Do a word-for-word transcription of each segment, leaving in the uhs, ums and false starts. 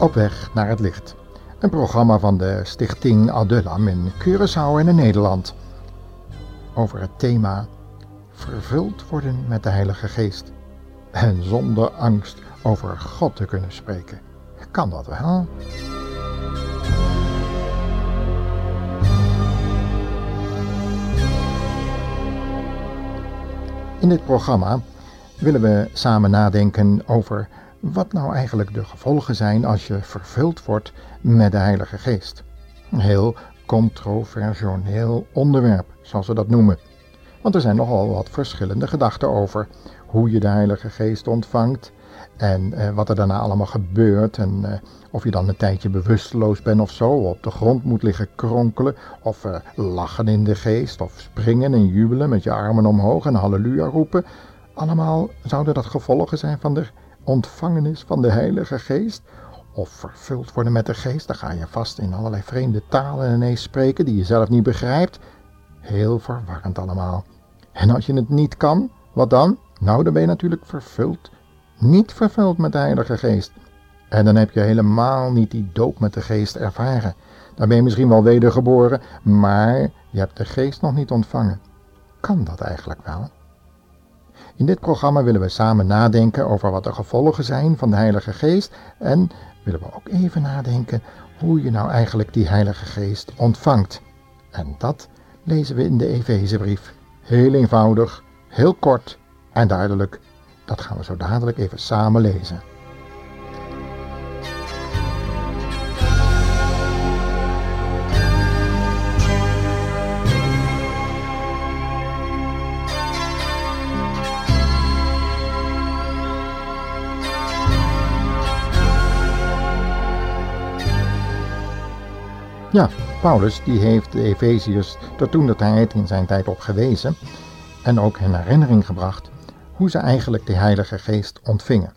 Op weg naar het licht. Een programma van de Stichting Adullam in Curaçao en in Nederland. Over het thema vervuld worden met de Heilige Geest. En zonder angst over God te kunnen spreken. Kan dat wel? In dit programma willen we samen nadenken over wat nou eigenlijk de gevolgen zijn als je vervuld wordt met de Heilige Geest. Een heel controversieel onderwerp, zoals we dat noemen. Want er zijn nogal wat verschillende gedachten over hoe je de Heilige Geest ontvangt en eh, wat er daarna allemaal gebeurt en eh, of je dan een tijdje bewusteloos bent of zo, op de grond moet liggen kronkelen of eh, lachen in de geest of springen en jubelen met je armen omhoog en halleluja roepen. Allemaal zouden dat gevolgen zijn van de ontvangenis van de Heilige Geest of vervuld worden met de Geest. Dan ga je vast in allerlei vreemde talen ineens spreken die je zelf niet begrijpt. Heel verwarrend allemaal. En als je het niet kan, wat dan? Nou, dan ben je natuurlijk vervuld, niet vervuld met de Heilige Geest. En dan heb je helemaal niet die doop met de Geest ervaren. Dan ben je misschien wel wedergeboren, maar je hebt de Geest nog niet ontvangen. Kan dat eigenlijk wel? In dit programma willen we samen nadenken over wat de gevolgen zijn van de Heilige Geest en willen we ook even nadenken hoe je nou eigenlijk die Heilige Geest ontvangt. En dat lezen we in de Efezebrief. Heel eenvoudig, heel kort en duidelijk. Dat gaan we zo dadelijk even samen lezen. Ja, Paulus die heeft de Efeziërs er toentertijd in zijn tijd op gewezen en ook in herinnering gebracht hoe ze eigenlijk de Heilige Geest ontvingen.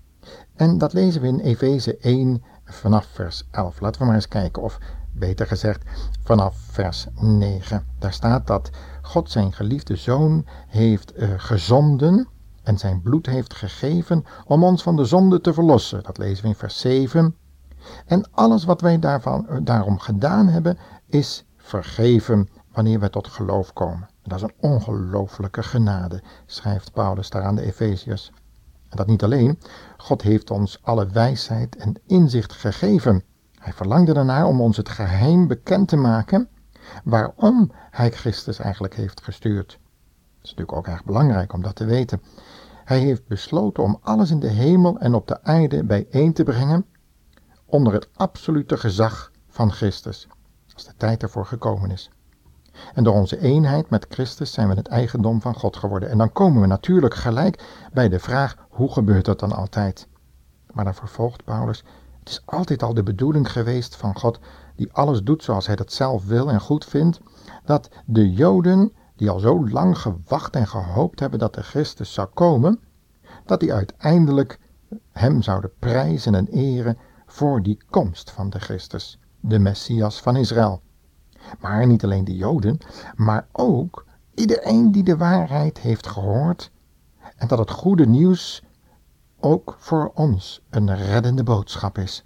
En dat lezen we in Efeze één vanaf vers elf. Laten we maar eens kijken, of beter gezegd vanaf vers negen. Daar staat dat God zijn geliefde Zoon heeft uh, gezonden en zijn bloed heeft gegeven om ons van de zonde te verlossen. Dat lezen we in vers zeven. En alles wat wij daarvan, daarom gedaan hebben, is vergeven wanneer wij tot geloof komen. En dat is een ongelooflijke genade, schrijft Paulus daar aan de Efeziërs. En dat niet alleen, God heeft ons alle wijsheid en inzicht gegeven. Hij verlangde ernaar om ons het geheim bekend te maken waarom hij Christus eigenlijk heeft gestuurd. Dat is natuurlijk ook erg belangrijk om dat te weten. Hij heeft besloten om alles in de hemel en op de aarde bijeen te brengen onder het absolute gezag van Christus, als de tijd ervoor gekomen is. En door onze eenheid met Christus zijn we het eigendom van God geworden. En dan komen we natuurlijk gelijk bij de vraag, hoe gebeurt dat dan altijd? Maar dan vervolgt Paulus, het is altijd al de bedoeling geweest van God, die alles doet zoals hij dat zelf wil en goed vindt, dat de Joden, die al zo lang gewacht en gehoopt hebben dat de Christus zou komen, dat die uiteindelijk hem zouden prijzen en eren voor die komst van de Christus, de Messias van Israël. Maar niet alleen de Joden, maar ook iedereen die de waarheid heeft gehoord en dat het goede nieuws ook voor ons een reddende boodschap is.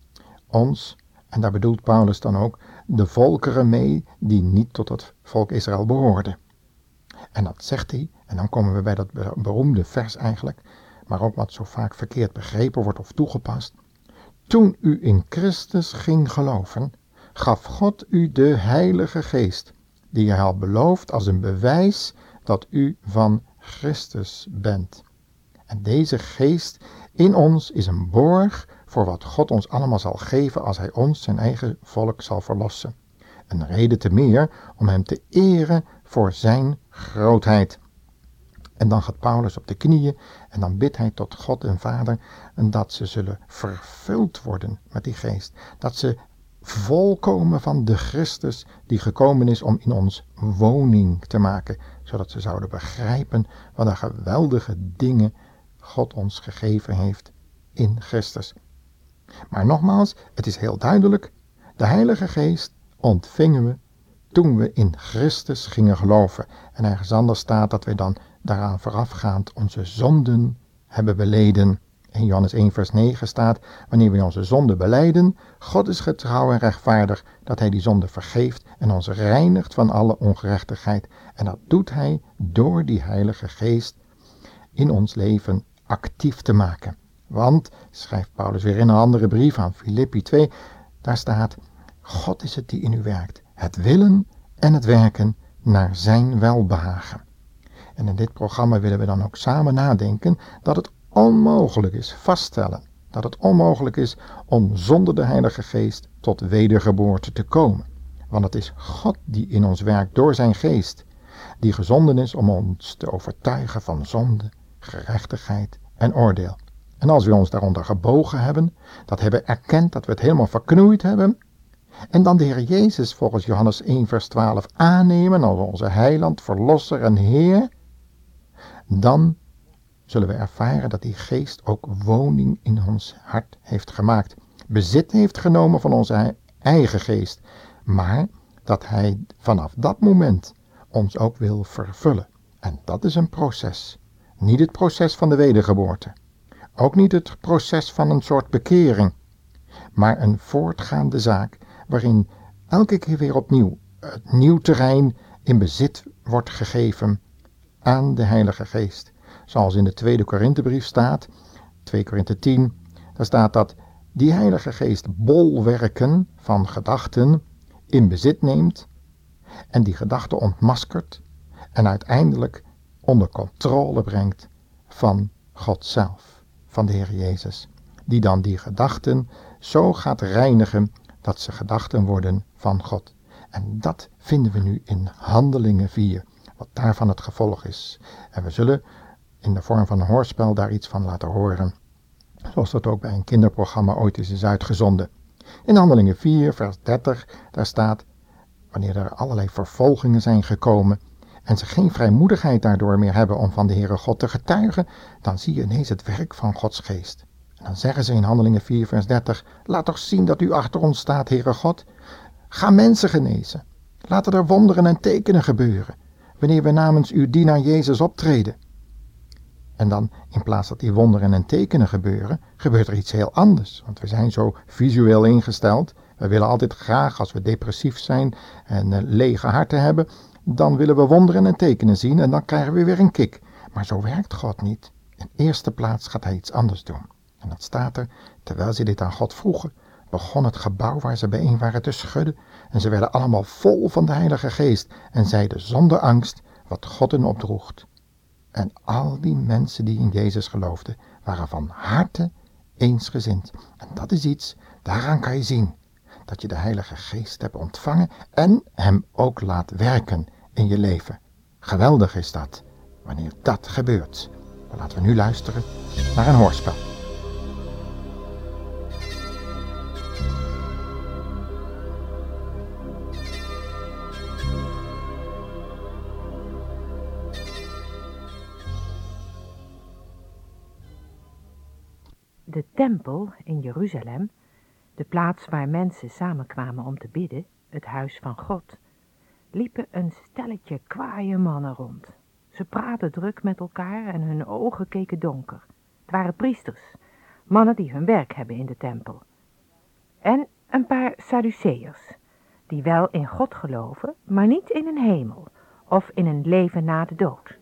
Ons, en daar bedoelt Paulus dan ook, de volkeren mee die niet tot het volk Israël behoorden. En dat zegt hij, en dan komen we bij dat beroemde vers eigenlijk, maar ook wat zo vaak verkeerd begrepen wordt of toegepast. Toen u in Christus ging geloven, gaf God u de Heilige Geest, die hij had beloofd als een bewijs dat u van Christus bent. En deze Geest in ons is een borg voor wat God ons allemaal zal geven als hij ons, zijn eigen volk, zal verlossen. Een reden te meer om hem te eren voor zijn grootheid. En dan gaat Paulus op de knieën en dan bidt hij tot God en Vader en dat ze zullen vervuld worden met die Geest. Dat ze volkomen van de Christus die gekomen is om in ons woning te maken. Zodat ze zouden begrijpen wat een geweldige dingen God ons gegeven heeft in Christus. Maar nogmaals, het is heel duidelijk, de Heilige Geest ontvingen we toen we in Christus gingen geloven. En ergens anders staat dat we dan daaraan voorafgaand onze zonden hebben beleden In Johannes één vers negen staat, wanneer we onze zonde belijden, God is getrouw en rechtvaardig, dat hij die zonde vergeeft en ons reinigt van alle ongerechtigheid. En dat doet hij door die Heilige Geest in ons leven actief te maken. Want, schrijft Paulus weer in een andere brief aan Filippi twee, daar staat, God is het die in u werkt, het willen en het werken naar zijn welbehagen. En in dit programma willen we dan ook samen nadenken dat het onmogelijk is, vaststellen, dat het onmogelijk is om zonder de Heilige Geest tot wedergeboorte te komen. Want het is God die in ons werkt door zijn Geest, die gezonden is om ons te overtuigen van zonde, gerechtigheid en oordeel. En als we ons daaronder gebogen hebben, dat hebben erkend dat we het helemaal verknoeid hebben, en dan de Heer Jezus volgens Johannes één vers twaalf aannemen als onze heiland, verlosser en Heer, dan zullen we ervaren dat die Geest ook woning in ons hart heeft gemaakt, bezit heeft genomen van onze eigen geest, maar dat hij vanaf dat moment ons ook wil vervullen. En dat is een proces. Niet het proces van de wedergeboorte. Ook niet het proces van een soort bekering. Maar een voortgaande zaak waarin elke keer weer opnieuw het nieuw terrein in bezit wordt gegeven aan de Heilige Geest. Zoals in de tweede Korinthebrief staat, twee Korinthe tien, daar staat dat die Heilige Geest bolwerken van gedachten in bezit neemt en die gedachten ontmaskert en uiteindelijk onder controle brengt van God zelf, van de Heer Jezus, die dan die gedachten zo gaat reinigen dat ze gedachten worden van God. En dat vinden we nu in Handelingen vier, wat daarvan het gevolg is. En we zullen in de vorm van een hoorspel daar iets van laten horen, zoals dat ook bij een kinderprogramma ooit eens is uitgezonden. In Handelingen vier, vers dertig, daar staat, wanneer er allerlei vervolgingen zijn gekomen en ze geen vrijmoedigheid daardoor meer hebben om van de Heere God te getuigen, dan zie je ineens het werk van Gods Geest. En dan zeggen ze in Handelingen vier, vers dertig, laat toch zien dat u achter ons staat, Heere God. Ga mensen genezen. Laten er wonderen en tekenen gebeuren, wanneer we namens uw dienaar Jezus optreden. En dan, in plaats dat die wonderen en tekenen gebeuren, gebeurt er iets heel anders. Want we zijn zo visueel ingesteld. We willen altijd graag, als we depressief zijn en uh, lege harten hebben, dan willen we wonderen en tekenen zien en dan krijgen we weer een kick. Maar zo werkt God niet. In eerste plaats gaat hij iets anders doen. En dat staat er, terwijl ze dit aan God vroegen, begon het gebouw waar ze bijeen waren te schudden en ze werden allemaal vol van de Heilige Geest en zeiden zonder angst wat God hen opdroeg. En al die mensen die in Jezus geloofden, waren van harte eensgezind. En dat is iets, daaraan kan je zien dat je de Heilige Geest hebt ontvangen en hem ook laat werken in je leven. Geweldig is dat, wanneer dat gebeurt. Maar laten we nu luisteren naar een hoorspel. De tempel in Jeruzalem, de plaats waar mensen samenkwamen om te bidden, het huis van God, liepen een stelletje kwaaie mannen rond. Ze praten druk met elkaar en hun ogen keken donker. Het waren priesters, mannen die hun werk hebben in de tempel. En een paar Sadduceërs, die wel in God geloven, maar niet in een hemel of in een leven na de dood.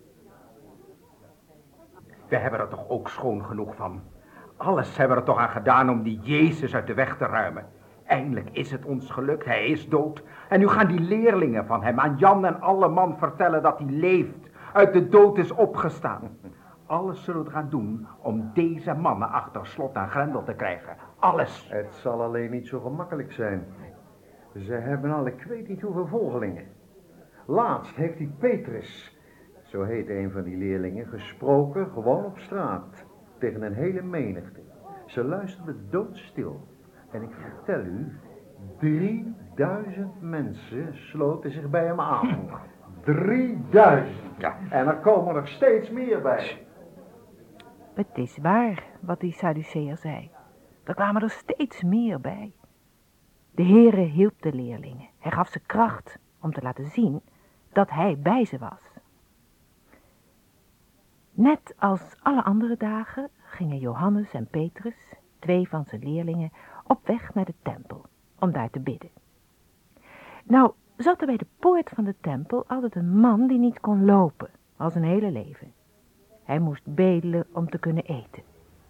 We hebben er toch ook schoon genoeg van. Alles hebben we er toch aan gedaan om die Jezus uit de weg te ruimen. Eindelijk is het ons gelukt, hij is dood. En nu gaan die leerlingen van hem aan Jan en alle man vertellen dat hij leeft, uit de dood is opgestaan. Alles zullen we gaan doen om deze mannen achter slot en grendel te krijgen. Alles. Het zal alleen niet zo gemakkelijk zijn. Ze hebben al ik weet niet hoeveel volgelingen. Laatst heeft die Petrus, zo heet een van die leerlingen, gesproken gewoon op straat. Tegen een hele menigte. Ze luisterden doodstil. En ik vertel u, drieduizend mensen sloten zich bij hem aan. drieduizend! Ja. En er komen er steeds meer bij. Het is waar wat die Sadduceër zei. Er kwamen er steeds meer bij. De Heere hielp de leerlingen. Hij gaf ze kracht om te laten zien dat hij bij ze was. Net als alle andere dagen gingen Johannes en Petrus, twee van zijn leerlingen, op weg naar de tempel, om daar te bidden. Nou, zat er bij de poort van de tempel altijd een man die niet kon lopen, al zijn hele leven. Hij moest bedelen om te kunnen eten.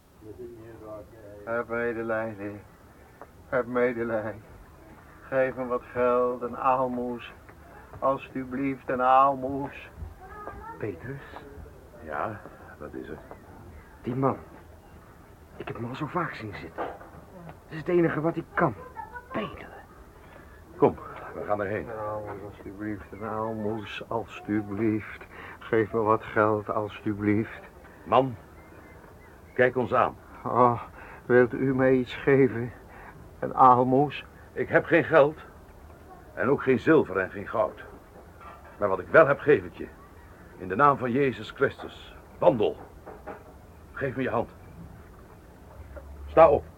Heb medelijden, heb medelijden. Geef hem wat geld, een aalmoes. Alsjeblieft, een aalmoes. Petrus, Ja, wat is er? die man. Ik heb hem al zo vaak zien zitten. Het is het enige wat hij kan. Bedelen. Kom, we gaan erheen. Een aalmoes, alsjeblieft, een aalmoes, alsjeblieft. Geef me wat geld, alsjeblieft. Man, kijk ons aan. Oh, wilt u mij iets geven? Een aalmoes? Ik heb geen geld. En ook geen zilver en geen goud. Maar wat ik wel heb, geef ik je. In de naam van Jezus Christus. Wandel. Geef me je hand. Sta op.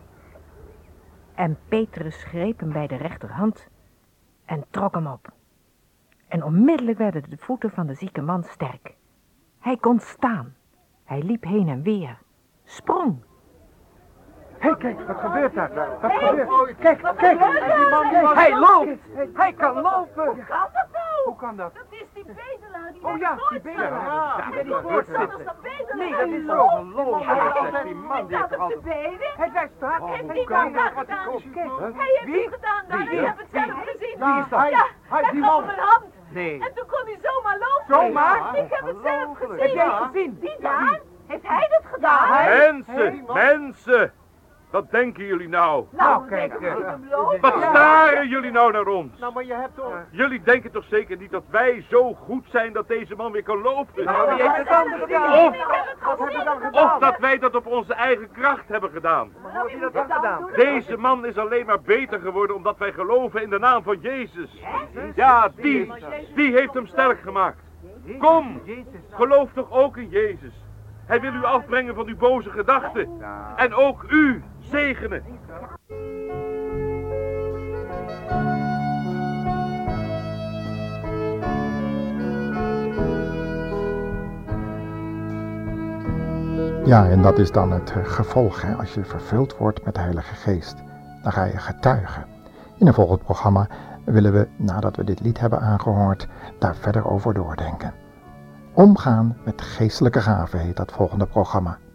En Petrus greep hem bij de rechterhand en trok hem op. En onmiddellijk werden de voeten van de zieke man sterk. Hij kon staan. Hij liep heen en weer. Sprong. Hé, hey, kijk, wat gebeurt daar? Wat gebeurt? Kijk, kijk. Hij loopt. Hij kan lopen. Hoe kan dat nou? Hoe kan dat? Dat is die bedelaar die Oh ja, die bedelaar. Ja, Ja, die bij die dat poort gebeurt staat als zitten. een bedelaar. Nee, dat is Hij zo loopt. ongelooflijk. Ja, Zeg, die man die heeft staat toch op de altijd... benen. Hij daar staat. Wat heeft Hoe die kan man dat? daar Wat gedaan? is kijk. Hij heeft Wie? het gedaan daar. Wie? Ik heb het zelf gezien. Wie is dat? Ja, Hij, hij die gaf man. hem een hand. Nee. En toen kon hij zomaar lopen. Zomaar? Ik heb het zelf gezien. Heb jij het gezien? Die daar? Heeft hij dat gedaan? Mensen, mensen. Wat denken jullie nou? Nou, kijk, ik zie eh, hem lopen. Wat staren jullie nou naar ons? Nou, maar je hebt toch... Jullie denken toch zeker niet dat wij zo goed zijn dat deze man weer kan lopen? Nou, wie heeft het dan gedaan? Of, Ik heb het Wat heb je dan gezien. gedaan? of dat wij dat op onze eigen kracht hebben gedaan. Hoe heb je dat dan gedaan? Deze man is alleen maar beter geworden omdat wij geloven in de naam van Jezus. Ja, die, die heeft hem sterk gemaakt. Kom, geloof toch ook in Jezus. Hij wil u afbrengen van uw boze gedachten. En ook u zegenen. Ja, en dat is dan het eh, gevolg. Hè? Als je vervuld wordt met de Heilige Geest, dan ga je getuigen. In een volgend programma willen we, nadat we dit lied hebben aangehoord, daar verder over doordenken. Omgaan met geestelijke gaven heet dat volgende programma.